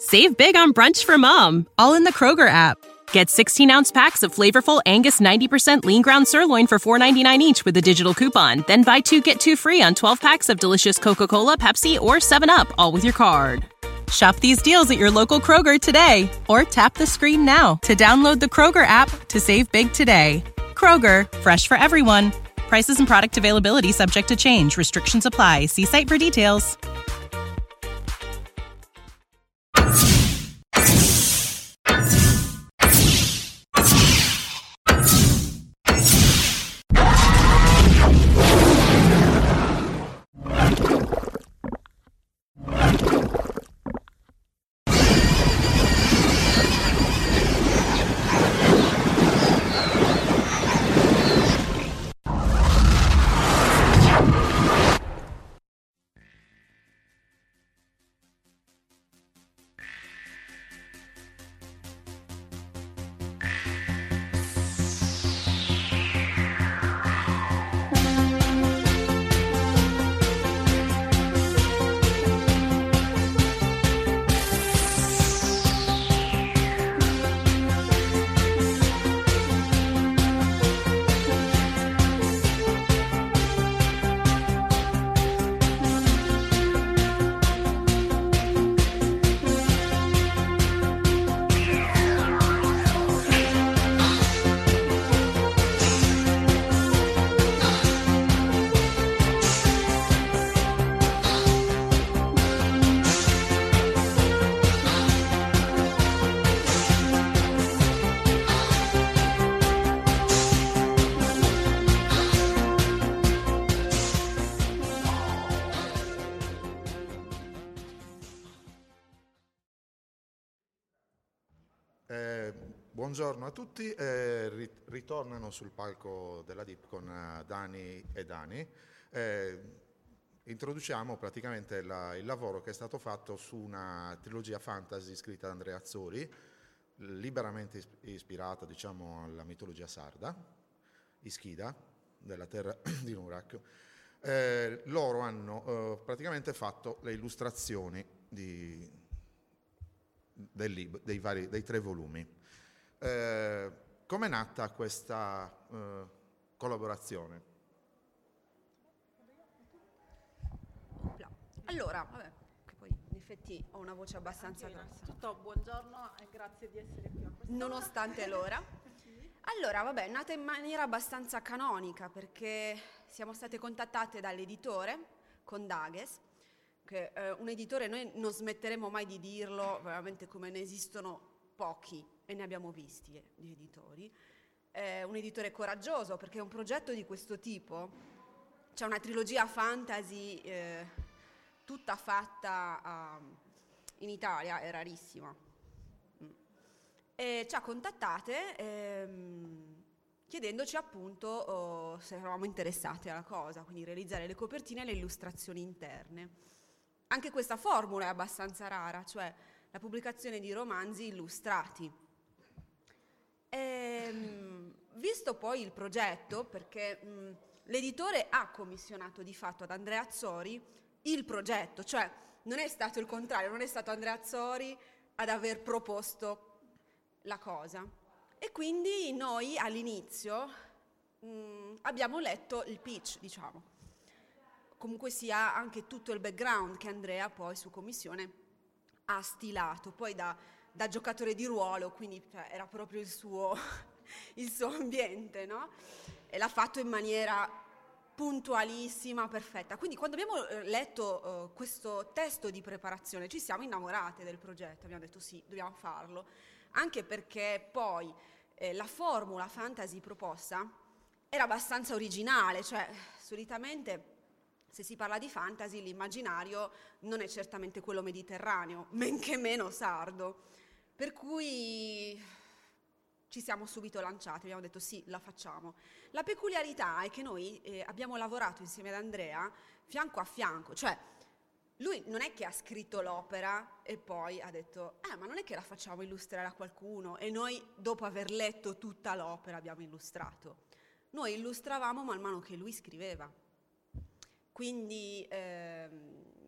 Save big on brunch for mom, all in the Kroger app. Get 16-ounce packs of flavorful Angus 90% lean ground sirloin for $4.99 each with a digital coupon. Then buy 2, get 2 free on 12 packs of delicious Coca-Cola, Pepsi, or 7-Up, all with your card. Shop these deals at your local Kroger today, or tap the screen now to download the Kroger app to save big today. Kroger, fresh for everyone. Prices and product availability subject to change. Restrictions apply. See site for details. Buongiorno a tutti, ritornano sul palco della DIP con Dani e Dani. Introduciamo praticamente il lavoro che è stato fatto su una trilogia fantasy scritta da Andrea Azzori, liberamente ispirata, diciamo, alla mitologia sarda, Ischida, della terra di Nurak. Loro hanno praticamente fatto le illustrazioni dei 3 volumi. Com'è nata questa collaborazione? Allora, vabbè, che poi in effetti ho una voce abbastanza grossa. Tutto buongiorno e grazie di essere qui a quest'ora. Nonostante l'ora. Allora, vabbè, è nata in maniera abbastanza canonica perché siamo state contattate dall'editore, con Dages, che è un editore, noi non smetteremo mai di dirlo, veramente come ne esistono pochi e ne abbiamo visti di editori. È un editore coraggioso perché un progetto di questo tipo, c'è una trilogia fantasy tutta fatta in Italia, è rarissima. E ci ha contattate chiedendoci appunto se eravamo interessate alla cosa, quindi realizzare le copertine e le illustrazioni interne. Anche questa formula è abbastanza rara, cioè la pubblicazione di romanzi illustrati. Visto poi il progetto, perché l'editore ha commissionato di fatto ad Andrea Azzori il progetto, cioè non è stato il contrario, non è stato Andrea Azzori ad aver proposto la cosa. E quindi noi all'inizio abbiamo letto il pitch, diciamo. Comunque sia anche tutto il background che Andrea poi su commissione ha stilato, poi da giocatore di ruolo, quindi era proprio il suo ambiente, no? E l'ha fatto in maniera puntualissima, perfetta. Quindi quando abbiamo letto questo testo di preparazione ci siamo innamorate del progetto, abbiamo detto sì, dobbiamo farlo, anche perché poi la formula fantasy proposta era abbastanza originale, cioè solitamente se si parla di fantasy l'immaginario non è certamente quello mediterraneo, men che meno sardo. Per cui ci siamo subito lanciati, abbiamo detto sì, la facciamo. La peculiarità è che noi abbiamo lavorato insieme ad Andrea fianco a fianco, cioè lui non è che ha scritto l'opera e poi ha detto ma non è che la facciamo illustrare a qualcuno, e noi dopo aver letto tutta l'opera abbiamo illustrato. Noi illustravamo man mano che lui scriveva. Quindi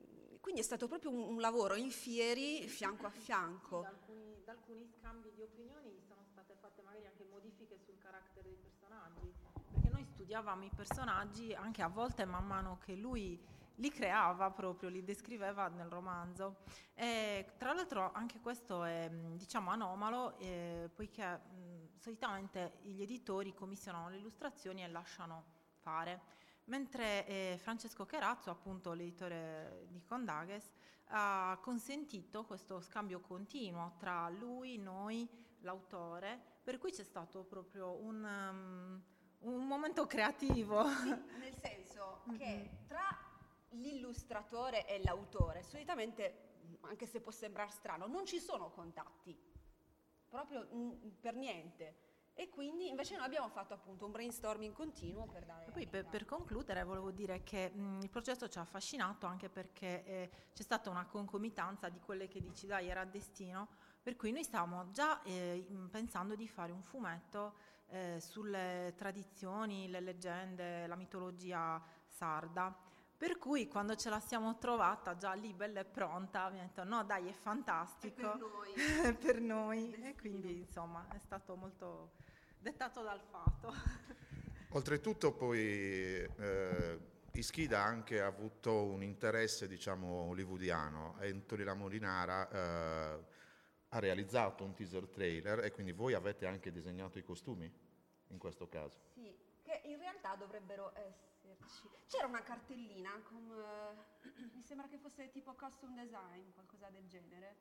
quindi è stato proprio un lavoro in fieri, fianco a fianco. Da alcuni scambi di opinioni sono state fatte magari anche modifiche sul carattere dei personaggi, perché noi studiavamo i personaggi anche a volte man mano che lui li creava proprio, li descriveva nel romanzo. E, tra l'altro anche questo è diciamo anomalo, poiché solitamente gli editori commissionano le illustrazioni e lasciano fare, mentre Francesco Cherazzo, appunto l'editore di Condages, ha consentito questo scambio continuo tra lui, noi, l'autore, per cui c'è stato proprio un momento creativo. Sì, nel senso che tra l'illustratore e l'autore, solitamente, anche se può sembrare strano, non ci sono contatti, proprio per niente. E quindi invece noi abbiamo fatto appunto un brainstorming continuo per dare... E poi per concludere volevo dire che il progetto ci ha affascinato anche perché c'è stata una concomitanza di quelle che dici, dai, era destino, per cui noi stavamo già pensando di fare un fumetto sulle tradizioni, le leggende, la mitologia sarda. Per cui quando ce la siamo trovata già lì bella e pronta, abbiamo detto no dai, è fantastico. È per noi. È per noi. Destino. E quindi insomma è stato molto dettato dal fatto. Oltretutto poi Ischida ha anche avuto un interesse, diciamo, hollywoodiano. Anthony La Molinara ha realizzato un teaser trailer e quindi voi avete anche disegnato i costumi in questo caso. Sì, che in realtà dovrebbero esserci. C'era una cartellina con, mi sembra che fosse tipo costume design, qualcosa del genere.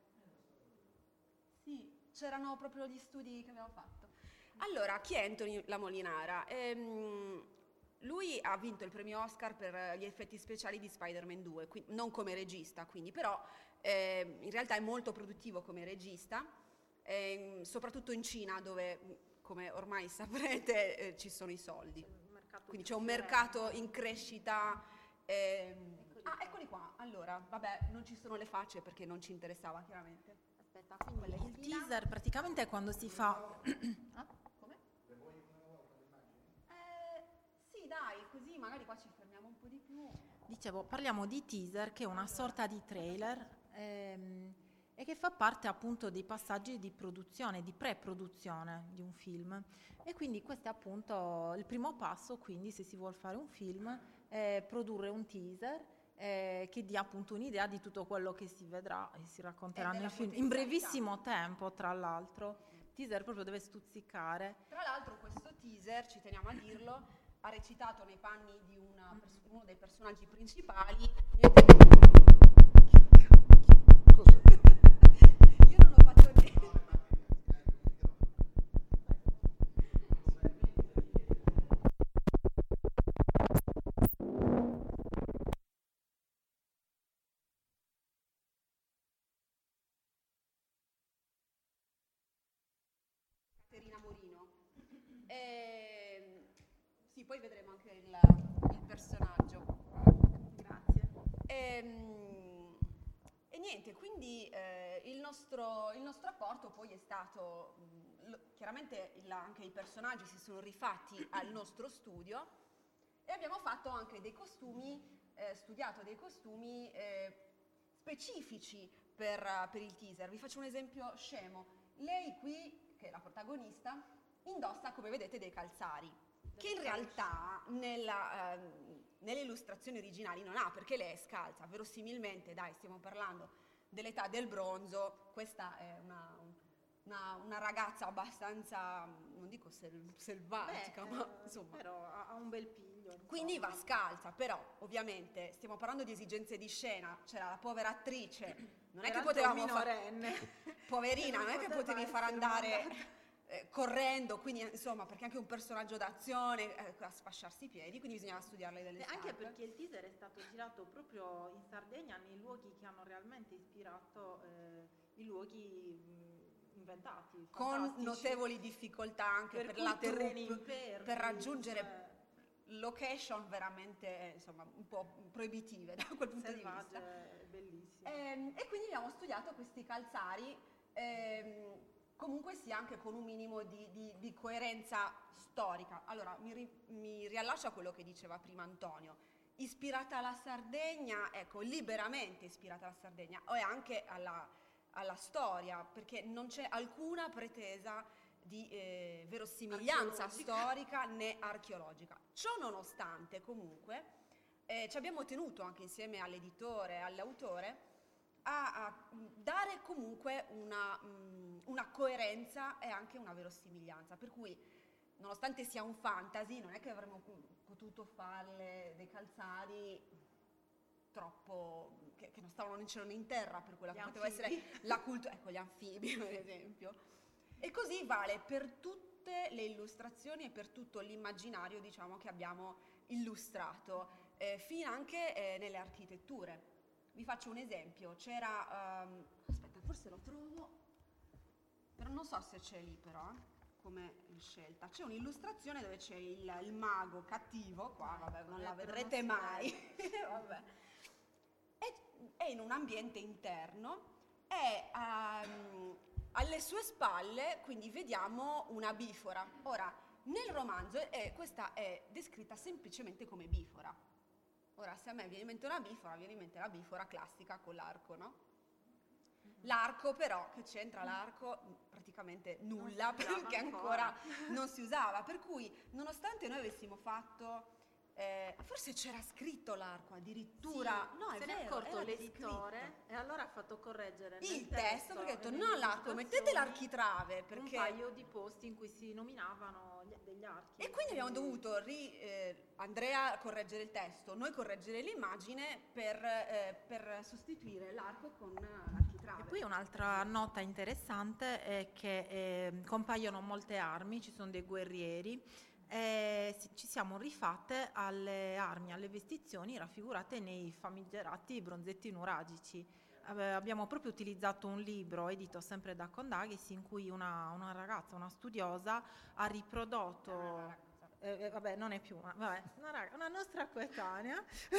Sì, c'erano proprio gli studi che abbiamo fatto. Allora, chi è Anthony La Molinara? Lui ha vinto il premio Oscar per gli effetti speciali di Spider-Man 2, non come regista, quindi, però in realtà è molto produttivo come regista, soprattutto in Cina dove, come ormai saprete, ci sono i soldi. Quindi c'è un mercato in crescita. Eccoli qua. Allora, vabbè, non ci sono le facce perché non ci interessava chiaramente. Aspetta, quindi il teaser praticamente è quando si fa... Come? Sì, dai, così magari qua ci fermiamo un po' di più. Dicevo, parliamo di teaser che è una sorta di trailer e che fa parte appunto dei passaggi di produzione, di pre-produzione di un film. E quindi questo è appunto il primo passo, quindi se si vuole fare un film, è produrre un teaser che dia appunto un'idea di tutto quello che si vedrà e si racconterà nel film in brevissimo tempo, tra l'altro. Il teaser proprio deve stuzzicare. Tra l'altro questo teaser, ci teniamo a dirlo, ha recitato nei panni di uno dei personaggi principali. Cos'è? Io non ho fatto niente. Caterina Morino. Sì, poi vedremo anche il personaggio. Grazie. E niente, quindi il nostro apporto poi è stato, chiaramente anche i personaggi si sono rifatti al nostro studio e abbiamo fatto anche dei costumi, studiato dei costumi specifici per il teaser. Vi faccio un esempio scemo. Lei qui, che è la protagonista, indossa, come vedete, dei calzari, che in realtà nelle illustrazioni originali non ha, perché lei è scalza. Verosimilmente, dai, stiamo parlando dell'età del bronzo, questa è una ragazza abbastanza, non dico selvatica, ma insomma. Però ha un bel piglio. Insomma. Quindi va scalza, però ovviamente stiamo parlando di esigenze di scena, c'era la povera attrice, non è che potevamo poverina, non è che potevi far andare correndo, quindi insomma, perché anche un personaggio d'azione a sfasciarsi i piedi, quindi bisognava studiarle delle scarpe. Anche perché il teaser è stato girato proprio in Sardegna, nei luoghi che hanno realmente ispirato i luoghi inventati, con notevoli difficoltà anche per la terreni troupe, per raggiungere location veramente insomma un po' proibitive da quel punto di vista. Bellissimo. E quindi abbiamo studiato questi calzari, comunque sia anche con un minimo di coerenza storica. Allora mi riallaccio a quello che diceva prima Antonio. ispirata alla Sardegna, ecco, liberamente ispirata alla Sardegna, e anche alla storia, perché non c'è alcuna pretesa di verosimiglianza storica né archeologica. Ciò nonostante, comunque, ci abbiamo tenuto anche insieme all'editore e all'autore a dare comunque una coerenza e anche una verosimiglianza, per cui nonostante sia un fantasy, non è che avremmo potuto farle dei calzari troppo che non stavano né in cielo né in terra, per quella che poteva essere la cultura, ecco, gli anfibi per esempio. E così vale per tutte le illustrazioni e per tutto l'immaginario, diciamo, che abbiamo illustrato, fino anche nelle architetture. Vi faccio un esempio, c'era, aspetta, forse lo trovo, però non so se c'è lì però, come scelta. C'è un'illustrazione dove c'è il mago cattivo, qua vabbè non la vedrete mai, vabbè. È in un ambiente interno, è alle sue spalle, quindi vediamo una bifora. Ora, nel romanzo questa è descritta semplicemente come bifora. Ora, se a me viene in mente una bifora, viene in mente la bifora classica con l'arco, no? L'arco però, che c'entra l'arco? Praticamente nulla, perché ancora non si usava. Per cui, nonostante noi avessimo fatto... forse c'era scritto l'arco addirittura, sì, no, è se vero, ne è accorto era l'editore descritto. e allora ha fatto correggere Il testo, perché ha detto non l'arco, mettete l'architrave, perché... un paio di posti in cui si nominavano degli archi. E quindi abbiamo dovuto Andrea correggere il testo, noi correggere l'immagine per sostituire l'arco con l'architrave. E poi un'altra nota interessante è che compaiono molte armi, ci sono dei guerrieri, ci siamo rifatte alle armi, alle vestizioni raffigurate nei famigerati bronzetti nuragici. Abbiamo proprio utilizzato un libro edito sempre da Condaghes in cui una ragazza, una studiosa, ha riprodotto... vabbè, non è più una nostra coetanea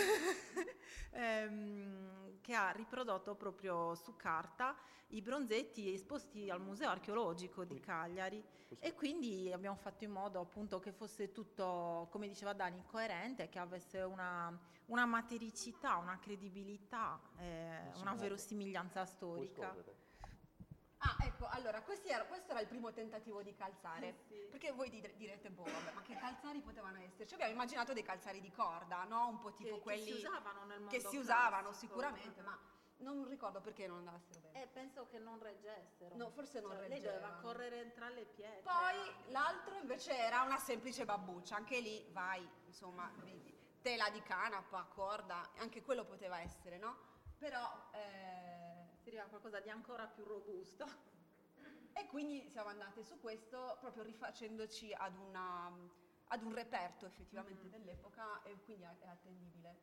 che ha riprodotto proprio su carta i bronzetti esposti al Museo Archeologico di Cagliari, e quindi abbiamo fatto in modo appunto che fosse tutto, come diceva Dani, coerente, che avesse una matericità, una credibilità, una verosimiglianza storica. Ah, ecco, allora, questo era il primo tentativo di calzare, sì. Perché voi direte, boh, vabbè, ma che calzari potevano esserci? Abbiamo immaginato dei calzari di corda, no? Un po' tipo quelli che si usavano nel mondo che si usavano classico, sicuramente, ma non ricordo perché non andassero bene. Penso che non reggessero. No, forse non reggevano. Lei doveva correre tra le pietre. Poi l'altro invece era una semplice babbuccia, anche lì vai, insomma, tela di canapa, corda, anche quello poteva essere, no? Però... Serviva qualcosa di ancora più robusto. E quindi siamo andate su questo proprio rifacendoci ad un reperto effettivamente dell'epoca, e quindi è attendibile.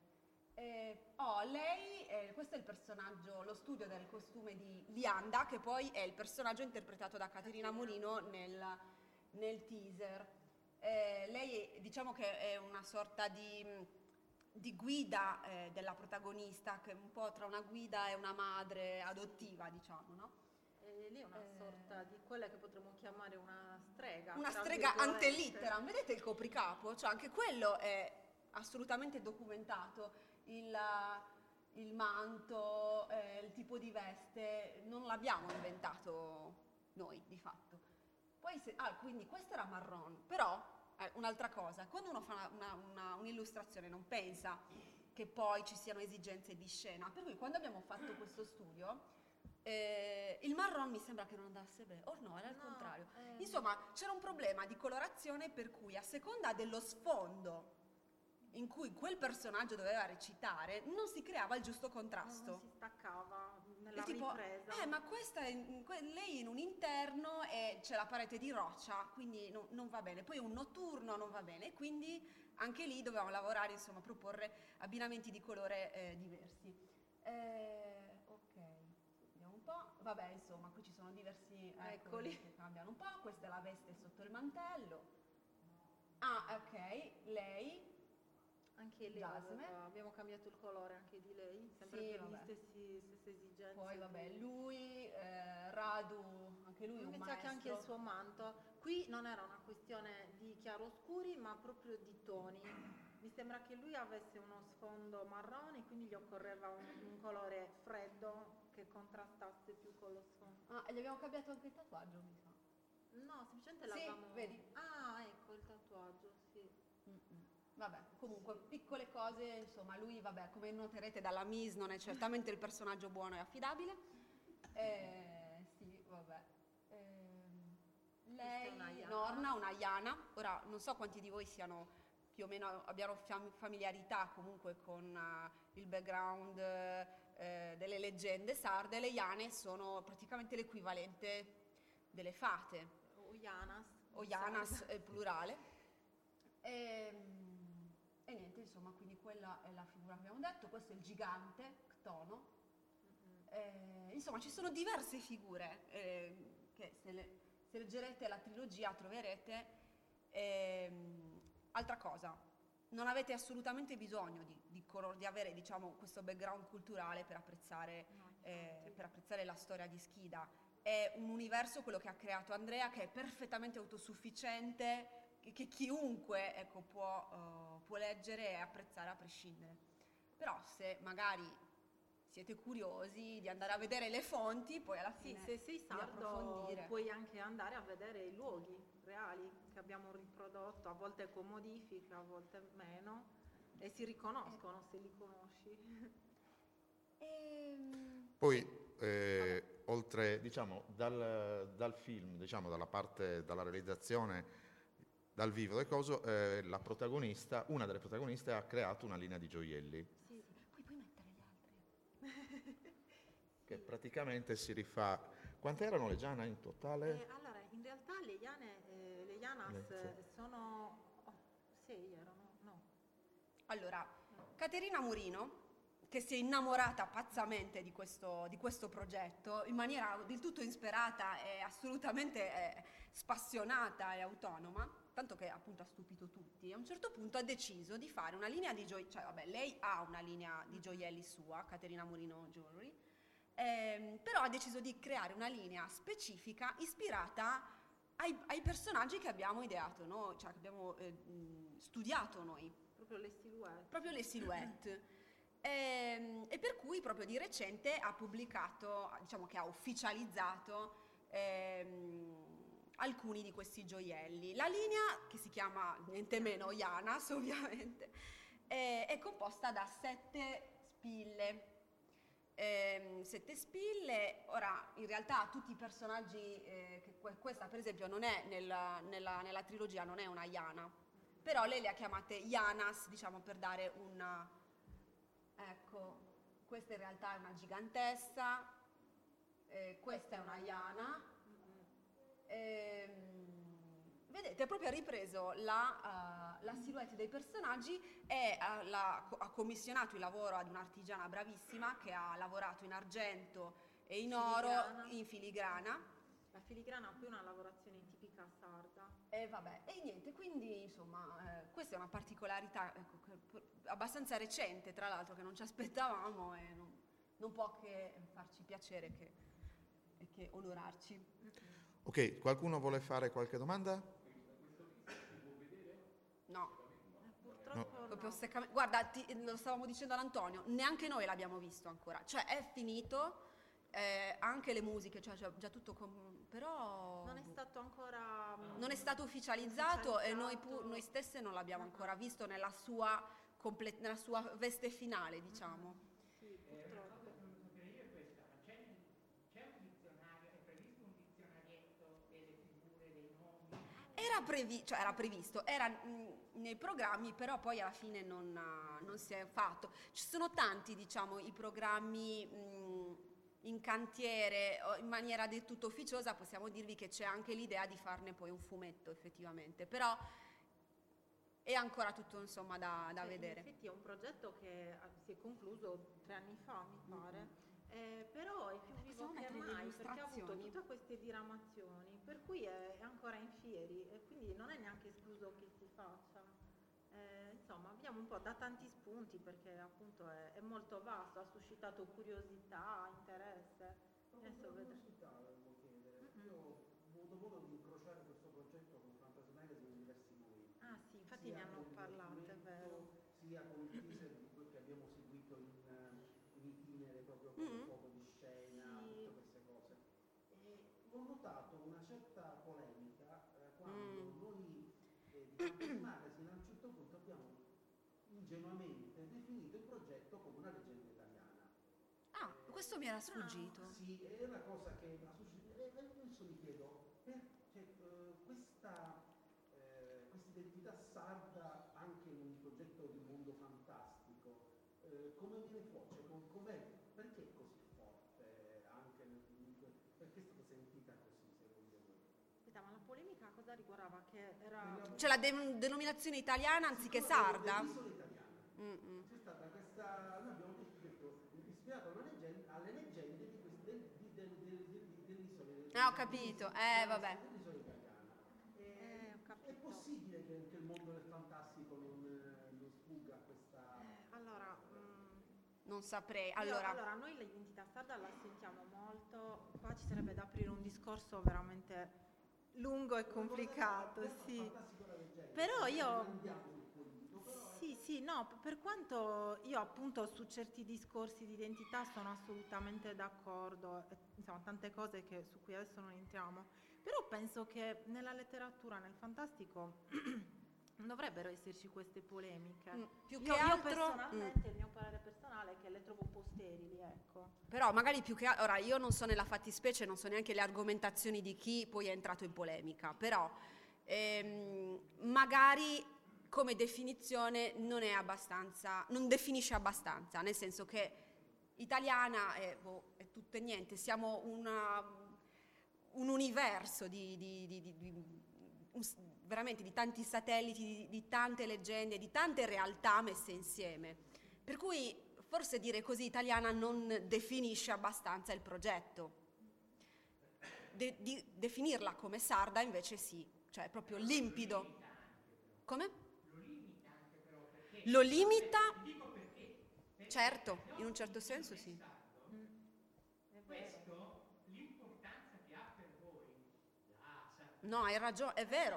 Lei, questo è il personaggio, lo studio del costume di Lianda, che poi è il personaggio interpretato da Caterina Molino nel teaser. Lei diciamo che è una sorta di guida della protagonista, che è un po' tra una guida e una madre adottiva, diciamo, no? Lì è una sorta di quella che potremmo chiamare una strega. Una strega ante litteram. Vedete il copricapo? Cioè anche quello è assolutamente documentato. Il manto, il tipo di veste, non l'abbiamo inventato noi, di fatto. Poi quindi questo era marron, però... un'altra cosa, quando uno fa un'illustrazione non pensa che poi ci siano esigenze di scena, per cui quando abbiamo fatto questo studio il marron mi sembra che non andasse bene, no, era il contrario. Insomma, c'era un problema di colorazione, per cui a seconda dello sfondo in cui quel personaggio doveva recitare non si creava il giusto contrasto, non si staccava nella tipo, ripresa. Ma questa lei in un interno e c'è la parete di roccia, quindi non va bene. Poi un notturno non va bene, quindi anche lì dovevamo lavorare, insomma, proporre abbinamenti di colore diversi. Ok, vediamo un po'. Vabbè, insomma, qui ci sono diversi eccoli che cambiano un po'. Questa è la veste sotto il mantello. Ok, lei... Anche lei abbiamo cambiato il colore anche di lei, sempre sì, per le stesse esigenze. Poi vabbè, lui, Radu, anche lui un maestro. Che anche il suo manto, qui non era una questione di chiaroscuri ma proprio di toni. mi sembra che lui avesse uno sfondo marrone, quindi gli occorreva un colore freddo che contrastasse più con lo sfondo. Ah, e gli abbiamo cambiato anche il tatuaggio, mi sa. No, semplicemente Sì, l'avevamo... vedi? Ah, ecco il tatuaggio, sì. Vabbè, comunque piccole cose, insomma, lui, vabbè, come noterete dalla Mise non è certamente il personaggio buono e affidabile. Sì, vabbè. Lei, Questa è una Iana. Norna, una Iana. Ora, non so quanti di voi siano più o meno, abbiano familiarità comunque con il background delle leggende sarde. Le Iane sono praticamente l'equivalente delle fate. O Janas. O Janas è plurale. E niente, insomma, quindi quella è la figura che abbiamo detto, questo è il gigante, Ctono. Insomma, ci sono diverse figure che se leggerete la trilogia troverete. Altra cosa, non avete assolutamente bisogno di avere, diciamo, questo background culturale per apprezzare la storia di Schida. È un universo, quello che ha creato Andrea, che è perfettamente autosufficiente, che chiunque, ecco, può leggere e apprezzare a prescindere. Però se magari siete curiosi di andare a vedere le fonti, poi alla fine se sei di sardo approfondire. puoi anche andare a vedere i luoghi reali che abbiamo riprodotto, a volte con modifiche, a volte meno, e si riconoscono se li conosci. Poi, oltre, diciamo, dal film, diciamo, dalla realizzazione, dal vivo del coso, una delle protagoniste ha creato una linea di gioielli. Sì. Poi puoi mettere gli altri. Che praticamente si rifà. Quante erano le Giana in totale? Allora, in realtà le Janas sono 6 erano, no. Allora, Caterina Murino, che si è innamorata pazzamente di questo progetto, in maniera del tutto insperata e assolutamente spassionata e autonoma, tanto che appunto ha stupito tutti, a un certo punto ha deciso di fare una linea di gioielli, cioè vabbè, lei ha una linea di gioielli sua, Caterina Murino Jewelry, però ha deciso di creare una linea specifica ispirata ai personaggi che abbiamo ideato noi, cioè che abbiamo studiato noi. Proprio le silhouette. Proprio le silhouette. E per cui proprio di recente ha pubblicato, diciamo che ha ufficializzato alcuni di questi gioielli. La linea, che si chiama niente meno Janas ovviamente, è composta da 7 spille. 7 spille. Ora, in realtà tutti i personaggi, questa per esempio non è nella trilogia, non è una Iana, però lei le ha chiamate Janas, diciamo, per dare una... Ecco, questa in realtà è una gigantessa, questa è una Iana. Vedete, proprio ha ripreso la silhouette dei personaggi e ha commissionato il lavoro ad un'artigiana bravissima che ha lavorato in argento e in oro, in filigrana. La filigrana ha più una lavorazione tipica sarda. E vabbè, e niente, quindi insomma, questa è una particolarità, ecco, abbastanza recente, tra l'altro, che non ci aspettavamo e non può che farci piacere e che onorarci. Ok, qualcuno vuole fare qualche domanda? No. Purtroppo Proprio no. seccamente. Guarda, lo stavamo dicendo all'Antonio, neanche noi l'abbiamo visto ancora, cioè è finito, anche le musiche, cioè già tutto, però Non è stato ancora non è stato ufficializzato e noi stesse non l'abbiamo ancora visto nella sua veste finale, diciamo. Sì, purtroppo. Era previsto, era nei programmi, però poi alla fine non si è fatto. Ci sono tanti, diciamo, i programmi in cantiere, in maniera del tutto ufficiosa. Possiamo dirvi che c'è anche l'idea di farne poi un fumetto, effettivamente, però è ancora tutto, insomma, da vedere. In effetti è un progetto che si è concluso 3 anni fa, mi pare. Però è più vivo che mai perché ha avuto tutte queste diramazioni, per cui è ancora in fieri e quindi non è neanche escluso che si faccia. Insomma, abbiamo un po' da tanti spunti perché appunto è molto vasto, ha suscitato curiosità, interesse. Adesso volevo chiedere. Io ho avuto modo di incrociare questo progetto con Fantasy Magazine in diversi modi. Ah sì, infatti ne hanno parlato, è vero. sia con il teaser che abbiamo seguito in itinere proprio con il fuoco di scena, tutte queste cose. Ho notato una certa polemica quando noi di Campus Magazine a un certo punto abbiamo ingenuamente definito il progetto come una leggenda italiana. Questo mi era sfuggito. Sì, è una cosa che ha suscitato. Adesso mi chiedo, questa identità sarda anche in un progetto di mondo fantastico, come viene fuori? Perché è così forte anche perché è stata sentita così secondo voi? Aspetta, ma la polemica cosa riguardava? Che era... Cioè la denominazione italiana anziché sarda? L'isola italiana. C'è stata questa, noi abbiamo detto, ispirato alle leggende dell'isola. Ho capito, vabbè. Dell'isola italiana. ho capito. È possibile che il mondo del fantastico non sfugga a questa... Allora, non saprei. Allora, Noi l'identità sarda la sentiamo molto, qua ci sarebbe da aprire un discorso veramente lungo e complicato, sì. Però io... Sì, no, per quanto io appunto su certi discorsi di identità sono assolutamente d'accordo, insomma tante cose su cui adesso non entriamo, però penso che nella letteratura, nel fantastico, non dovrebbero esserci queste polemiche. Più che Io altro... personalmente, il mio parere personale è che le trovo un po' sterili, ecco. Però magari più che altro... Ora, io non so nella fattispecie, non so neanche le argomentazioni di chi poi è entrato in polemica, però magari... come definizione non è abbastanza, non definisce abbastanza, nel senso che italiana è tutto e niente, siamo un universo veramente di tanti satelliti, di tante leggende, di tante realtà messe insieme, per cui forse dire così italiana non definisce abbastanza il progetto. Definirla come sarda invece sì, cioè proprio limpido. Come? Lo limita? Certo, in un certo senso sì. Questo l'importanza che ha per voi. No, hai ragione, è vero.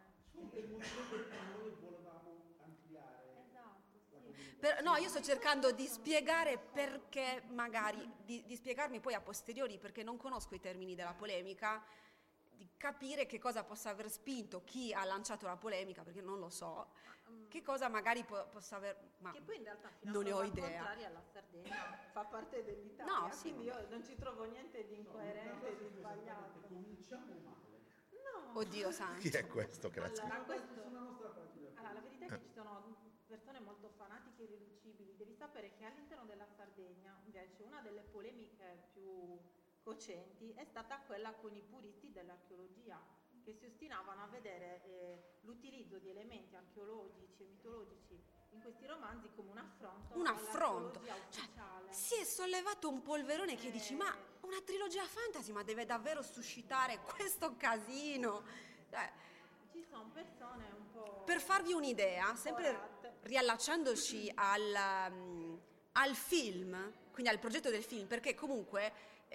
Noi volevamo ampliare. No, io sto cercando di spiegare perché magari, di spiegarmi poi a posteriori, perché non conosco i termini della polemica, di capire che cosa possa aver spinto chi ha lanciato la polemica, perché non lo so. Che cosa magari possa aver... Ma che poi in realtà fino non ne ho a idea. contraria la Sardegna fa parte dell'Italia, No, sì, quindi io non ci trovo niente di incoerente e di sbagliato. Cominciamo male. No. Oddio santo. Chi è questo che l'ha scritto? Allora, la verità è che ci sono persone molto fanatiche e irriducibili. Devi sapere che all'interno della Sardegna, invece, una delle polemiche più cocenti è stata quella con i puristi dell'archeologia, che si ostinavano a vedere l'utilizzo di elementi archeologici e mitologici in questi romanzi come un affronto. Un affronto. Ufficiale. Si è sollevato un polverone che dici, ma una trilogia fantasy, ma deve davvero suscitare questo casino? Ci sono persone un po'... Per farvi un'idea, sempre riallacciandoci al film, quindi al progetto del film, perché comunque...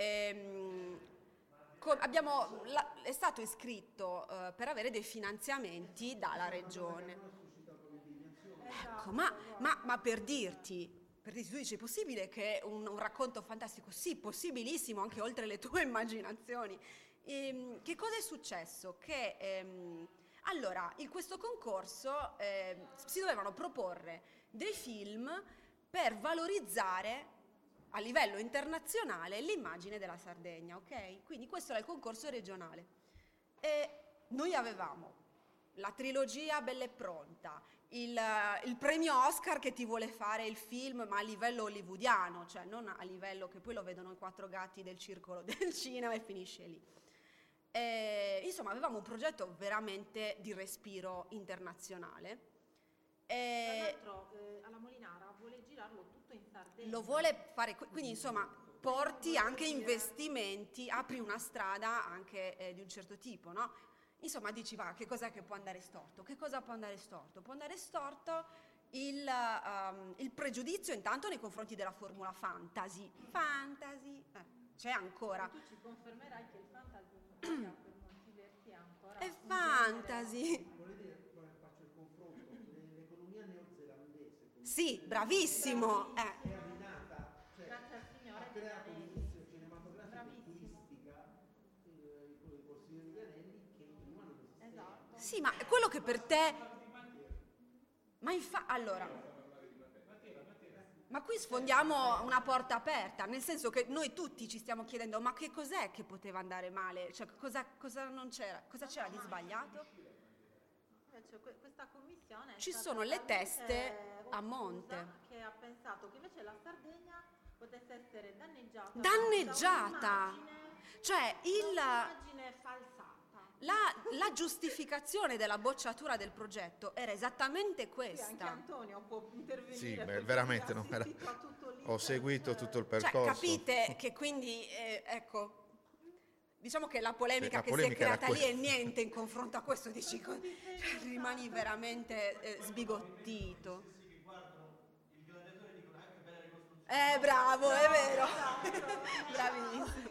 è stato iscritto per avere dei finanziamenti dalla regione. Ecco, ma per dirti, tu dici, è possibile che un racconto fantastico? Sì, possibilissimo, anche oltre le tue immaginazioni. Che cosa è successo? Che allora, in questo concorso si dovevano proporre dei film per valorizzare a livello internazionale l'immagine della Sardegna, ok? Quindi questo era il concorso regionale. E noi avevamo la trilogia Bella e Pronta, il premio Oscar che ti vuole fare il film, ma a livello hollywoodiano, cioè non a livello che poi lo vedono i quattro gatti del circolo del cinema e finisce lì. Insomma, avevamo un progetto veramente di respiro internazionale. Tra l'altro alla Molinara vuole girarlo tutto in Sardegna. Lo vuole fare, quindi insomma porti anche investimenti, apri una strada anche di un certo tipo, no? Insomma dici, va, che cos'è che può andare storto? Che cosa può andare storto? Può andare storto il pregiudizio intanto nei confronti della formula fantasy. C'è ancora. Tu ci confermerai che il fantasy in Italia per molti versi è ancora... È fantasy. Volete faccio il confronto? L'economia neozelandese, Sì, bravissimo. È rinata, cioè, Grazie al Signore. ha creato un'industria cinematografica e Bravissimo. turistica, col Signore degli Anelli, che prima non esisteva. Esatto. Sì, ma quello che per te... Allora... Ma qui sfondiamo una porta aperta, nel senso che noi tutti ci stiamo chiedendo ma che cos'è che poteva andare male? Cioè cosa non c'era? Cosa c'era di sbagliato? Invece questa commissione è Ci stata sono le talmente teste a ottusa monte. che ha pensato che invece la Sardegna potesse essere danneggiata Danneggiata! da Cioè un'immagine falsata. la giustificazione della bocciatura del progetto era esattamente Qui anche questa. Antonio può intervenire. Sì, perché veramente ha non era... assistito a tutto l'iter. Ho seguito tutto il Cioè, percorso. capite che quindi, ecco, diciamo che la polemica La che polemica si è era creata lì è quella. niente in confronto a questo, dici, cioè, rimani veramente sbigottito. Bravo, è vero. Bravissimo.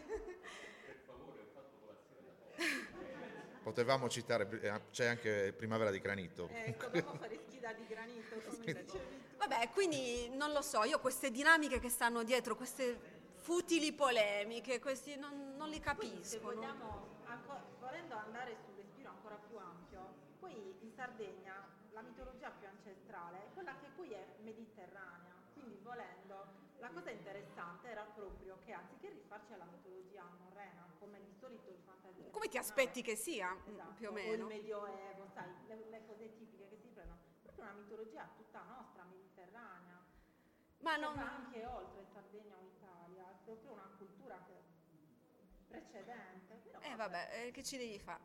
Potevamo citare, c'è anche Primavera di Granito. Dobbiamo fare schida di granito, come dicevi tu. Vabbè, quindi non lo so, io queste dinamiche che stanno dietro, queste futili polemiche, questi non li Se capisco. no? vogliamo, volendo andare sul respiro ancora più ampio, poi in Sardegna la mitologia più ancestrale è quella che poi è mediterranea, quindi volendo, la cosa interessante era proprio che anziché rifarci alla mitologia norrena, come di solito il fantasia Come ti tradizionale, aspetti che sia, esatto, più o o meno? il medioevo, sai, le cose tipiche che si prendono, proprio una mitologia tutta nostra, mediterranea, Ma che non... va anche oltre Sardegna o Italia, è proprio una cultura che precedente. Però vabbè, che ci devi fare?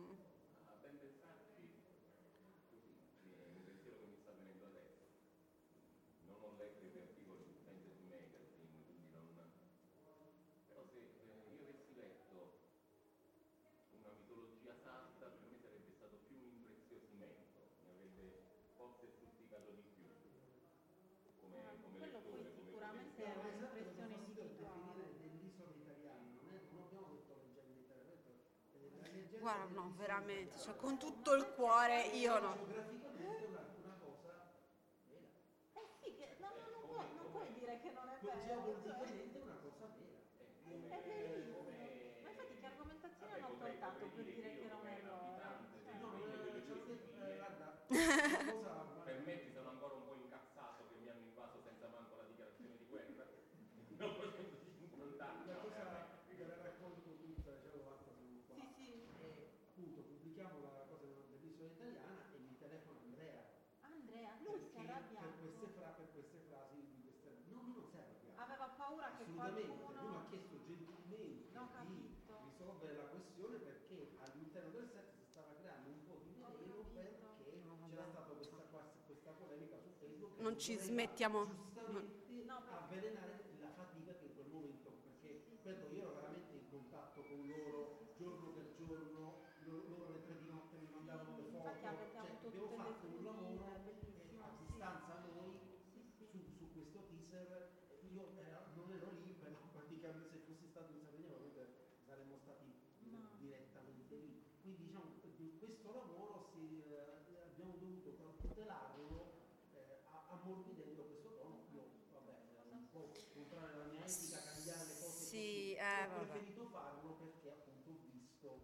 Non ho letto i articoli su Fantasy Magazine, quindi non... Però se io avessi letto una mitologia sarda, per me sarebbe stato più un impreziosimento, mi avrebbe forse stuzzicato di più come quello poi lettore, come sicuramente è Esatto, un'espressione possiamo individuale. definire dell'isola italiana, non abbiamo detto leggenda italiana, la leggenda Guarda, no, dell'isola veramente, italiana. cioè, con tutto il cuore io no. Geograficamente una cosa vera. Sì, che non puoi dire che non è vero. Geopoliticamente una cosa vera. È verissimo. Ma infatti che argomentazioni hanno portato per dire che non è loro? No, guarda, una cosa per me mi sono ancora un po' incazzato che mi hanno invaso senza manco la dichiarazione di guerra. Non potendo confrontarmi. la cosa che la racconto tutta, l'avevo fatta qua. Sì. Appunto, pubblichiamo la cosa dell'isola italiana e mi telefona Andrea. Andrea, lui si è arrabbiato. Per queste frasi di queste... No, lui non si è arrabbiato. Aveva paura che Assolutamente, qualcuno... lui mi ha chiesto gentilmente Non ho di capito. risolvere la questione perché all'interno del set si stava creando un po' di veleno perché c'era stata questa polemica su Facebook. Non ci smettiamo. Giustamente avvelenare la fatica che in quel momento, perché ripeto, io ero veramente in contatto con loro giorno per giorno, loro alle 3 di notte mi mandavano le foto, Infatti avete avuto abbiamo tutte le fatto un lavoro bellissimo, a distanza noi su questo teaser. Io non ero lì, però praticamente se fossi stato in Sardegna probabilmente saremmo stati direttamente lì. Quindi diciamo questo lavoro abbiamo dovuto tutelarlo ammorbidendo questo tono. Io vabbè, un po' contrario alla mia etica, cambiare le cose Sì, così. Ho vabbè. preferito farlo perché appunto ho visto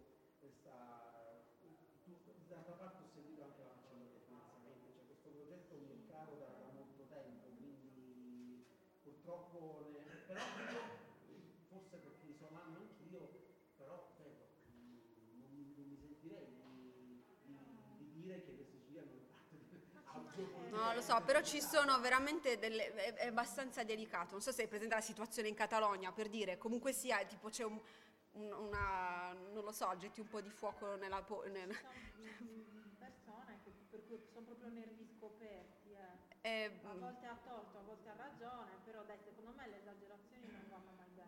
d'altra parte ho seguito anche la faccenda dei finanziamenti, cioè questo progetto mi è caro da molto tempo, quindi purtroppo però io, forse perché mi sono anno anch'io, però ripeto, non mi sentirei di dire che le Sicilia non No, lo so, però ci sono veramente è abbastanza delicato. Non so se hai presente la situazione in Catalogna, per dire, comunque sia, tipo c'è una, non lo so, getti un po' di fuoco nella... Persone per cui sono proprio nervi scoperti. A volte ha torto, a volte ha ragione, però dai, secondo me le esagerazioni non vanno mai bene.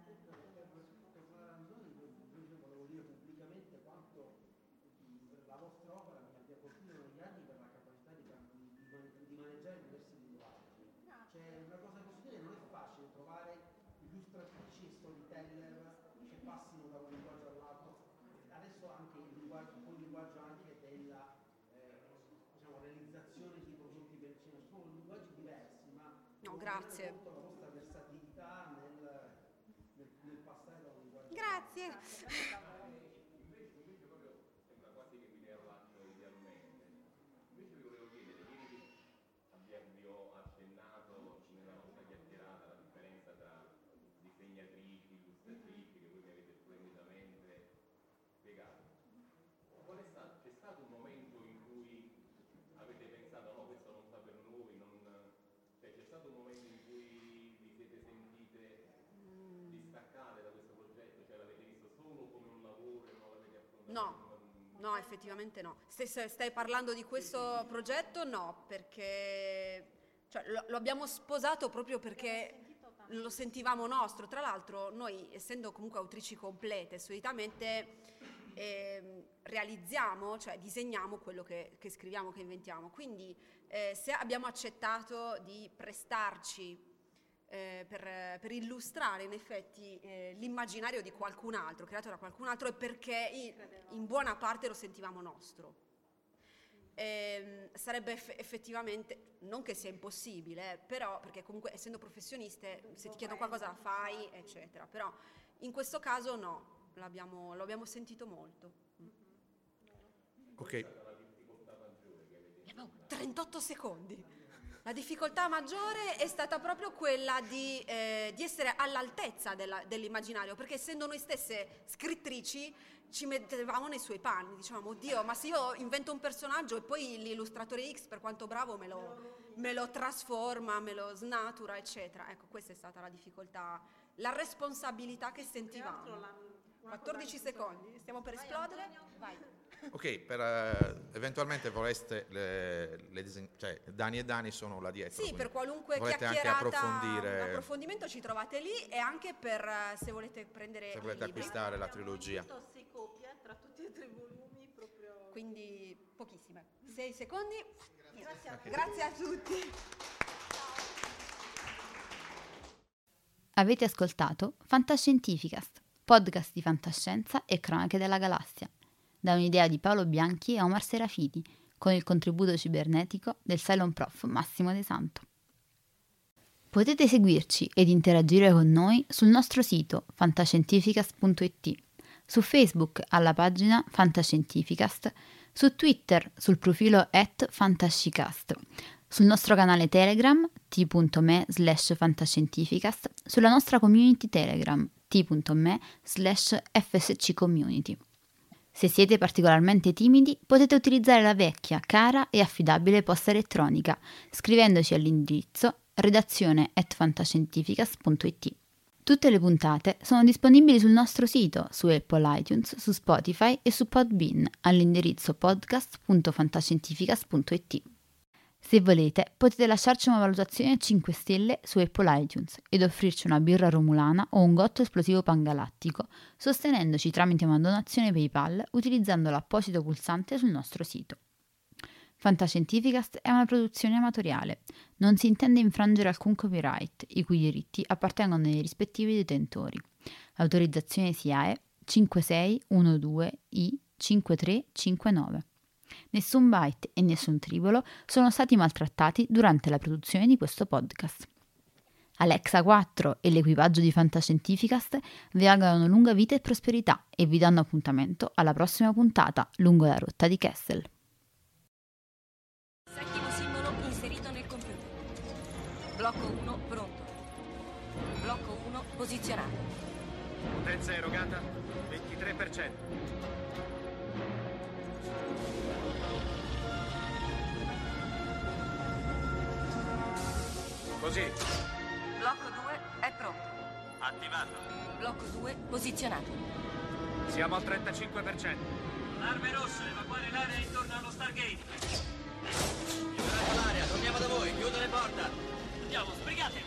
Noi volevo dire pubblicamente quanto la vostra opera mi abbia colpito negli anni per la capacità di maneggiare diversi linguaggi. Cioè una cosa così non è facile trovare illustratrici e storyteller che passino da un linguaggio all'altro. Adesso anche il linguaggio anche della diciamo, realizzazione di prodotti per il cinema, sono linguaggi diversi, ma No, grazie. La vostra versatilità nel passare da un linguaggio. Grazie. Invece proprio sembra quasi che mi riallaccio idealmente. Invece vi volevo chiedere, ieri vi ho accennato nella nostra chiacchierata la differenza tra disegnatrici, illustratrici, che voi mi avete splendidamente spiegato. C'è stato un momento in cui avete pensato no, questo non fa per noi, cioè c'è stato un momento in cui vi siete sentite distaccate da questo progetto, cioè l'avete visto solo come un lavoro e non l'avete affrontato? No, effettivamente no. Stai parlando di questo progetto? No, perché lo abbiamo sposato proprio perché lo sentivamo nostro. Tra l'altro noi, essendo comunque autrici complete, solitamente realizziamo, cioè disegniamo quello che scriviamo, che inventiamo. Quindi se abbiamo accettato di prestarci per illustrare in effetti l'immaginario di qualcun altro, creato da qualcun altro, è perché in buona parte lo sentivamo nostro. Sarebbe effettivamente, non che sia impossibile, però, perché comunque essendo professioniste, se ti chiedono qualcosa la fai, eccetera, però in questo caso no, l'abbiamo sentito molto. Ok. Abbiamo 38 secondi. La difficoltà maggiore è stata proprio quella di essere all'altezza dell'immaginario, perché essendo noi stesse scrittrici ci mettevamo nei suoi panni, dicevamo oddio, ma se io invento un personaggio e poi l'illustratore X, per quanto bravo, me lo trasforma, me lo snatura, eccetera. Ecco, questa è stata la difficoltà, la responsabilità che sentivamo. 14 secondi, stiamo per esplodere? Vai. Ok, eventualmente vorreste cioè Dani e Dani sono là dietro. Sì, per qualunque volete chiacchierata, anche approfondire, un approfondimento ci trovate lì, e anche per se volete prendere se volete acquistare la trilogia. 6 copie tra tutti e 3 volumi, proprio. Quindi pochissime. 6 secondi. Grazie. Grazie a tutti. Avete ascoltato Fantascientificast, podcast di fantascienza e cronache della galassia, da un'idea di Paolo Bianchi e Omar Serafiti, con il contributo cibernetico del Cylon Prof Massimo De Santo. Potete seguirci ed interagire con noi sul nostro sito fantascientificast.it, su Facebook alla pagina Fantascientificast, su Twitter sul profilo @fantascicast, sul nostro canale Telegram t.me/fantascientificast, sulla nostra community Telegram t.me/fsccommunity. Se siete particolarmente timidi, potete utilizzare la vecchia, cara e affidabile posta elettronica, scrivendoci all'indirizzo redazione@fantascientificast.it. Tutte le puntate sono disponibili sul nostro sito, su Apple iTunes, su Spotify e su Podbean, all'indirizzo podcast.fantascientificast.it. Se volete, potete lasciarci una valutazione a 5 stelle su Apple iTunes ed offrirci una birra romulana o un gotto esplosivo pangalattico, sostenendoci tramite una donazione PayPal utilizzando l'apposito pulsante sul nostro sito. Fantascientificast è una produzione amatoriale. Non si intende infrangere alcun copyright, i cui diritti appartengono ai rispettivi detentori. L'autorizzazione SIAE 5612I5359. Nessun byte e nessun tribolo sono stati maltrattati durante la produzione di questo podcast. Alexa 4 e l'equipaggio di Fantascientificast vi augurano lunga vita e prosperità e vi danno appuntamento alla prossima puntata lungo la rotta di Kessel. Settimo simbolo inserito nel computer. Blocco 1 pronto. Blocco 1 posizionato. Potenza erogata 23%. Così. Blocco 2 è pronto. Attivato. Blocco 2 posizionato. Siamo al 35%. Arme rosse, evacuare l'area intorno allo Stargate. Liberate l'area, torniamo da voi, chiudo le porte. Andiamo, sbrigate.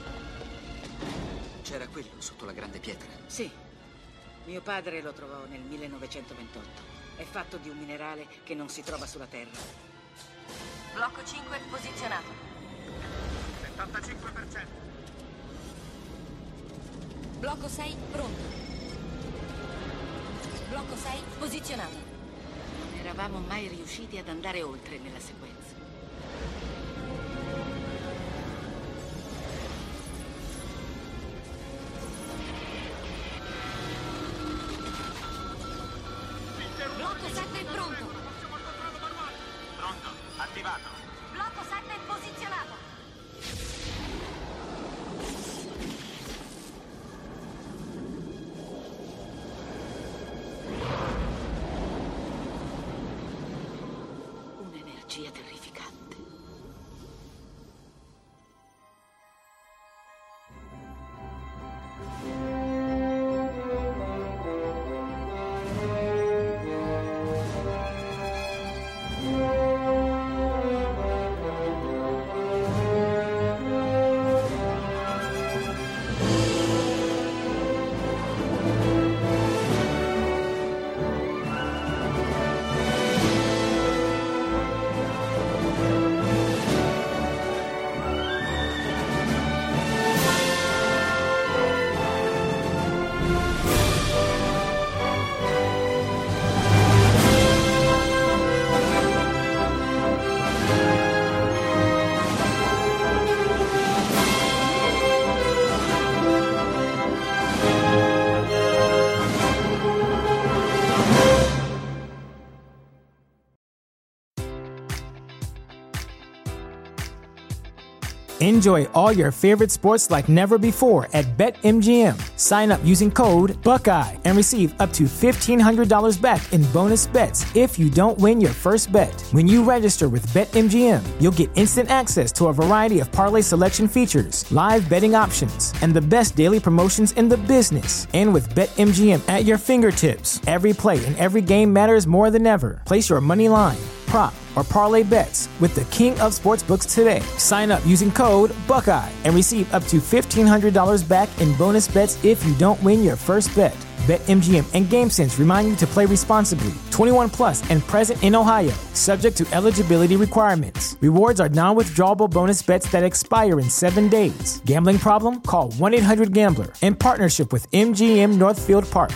C'era quello sotto la grande pietra? Sì. Mio padre lo trovò nel 1928. È fatto di un minerale che non si trova sulla Terra. Blocco 5 posizionato. 75%. Blocco 6 pronto. Blocco 6 posizionato. Non eravamo mai riusciti ad andare oltre nella sequenza. comando. Attivato. Blocco 7 posizionato. Un'energia terrificante. Enjoy all your favorite sports like never before at BetMGM. Sign up using code Buckeye and receive up to $1,500 back in bonus bets if you don't win your first bet. When you register with BetMGM, you'll get instant access to a variety of parlay selection features, live betting options, and the best daily promotions in the business. And with BetMGM at your fingertips, every play and every game matters more than ever. Place your money line, prop, or parlay bets with the king of sportsbooks today. Sign up using code Buckeye and receive up to $1,500 back in bonus bets if you don't win your first bet. BetMGM and GameSense remind you to play responsibly. 21 plus and present in Ohio, subject to eligibility requirements. Rewards are non-withdrawable bonus bets that expire in 7 days. Gambling problem? Call 1-800-GAMBLER. In partnership with MGM Northfield Park.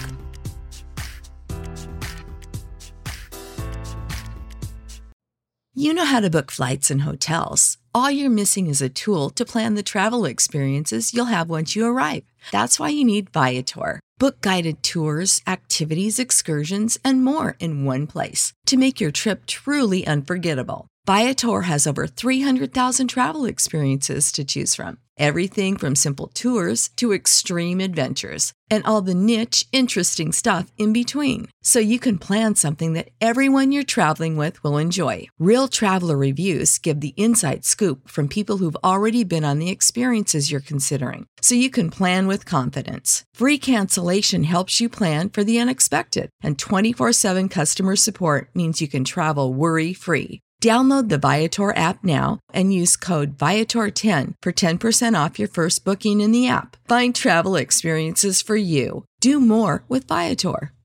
You know how to book flights and hotels. All you're missing is a tool to plan the travel experiences you'll have once you arrive. That's why you need Viator. Book guided tours, activities, excursions, and more in one place to make your trip truly unforgettable. Viator has over 300,000 travel experiences to choose from. Everything from simple tours to extreme adventures and all the niche, interesting stuff in between. So you can plan something that everyone you're traveling with will enjoy. Real traveler reviews give the inside scoop from people who've already been on the experiences you're considering. So you can plan with confidence. Free cancellation helps you plan for the unexpected. And 24/7 customer support means you can travel worry-free. Download the Viator app now and use code Viator10 for 10% off your first booking in the app. Find travel experiences for you. Do more with Viator.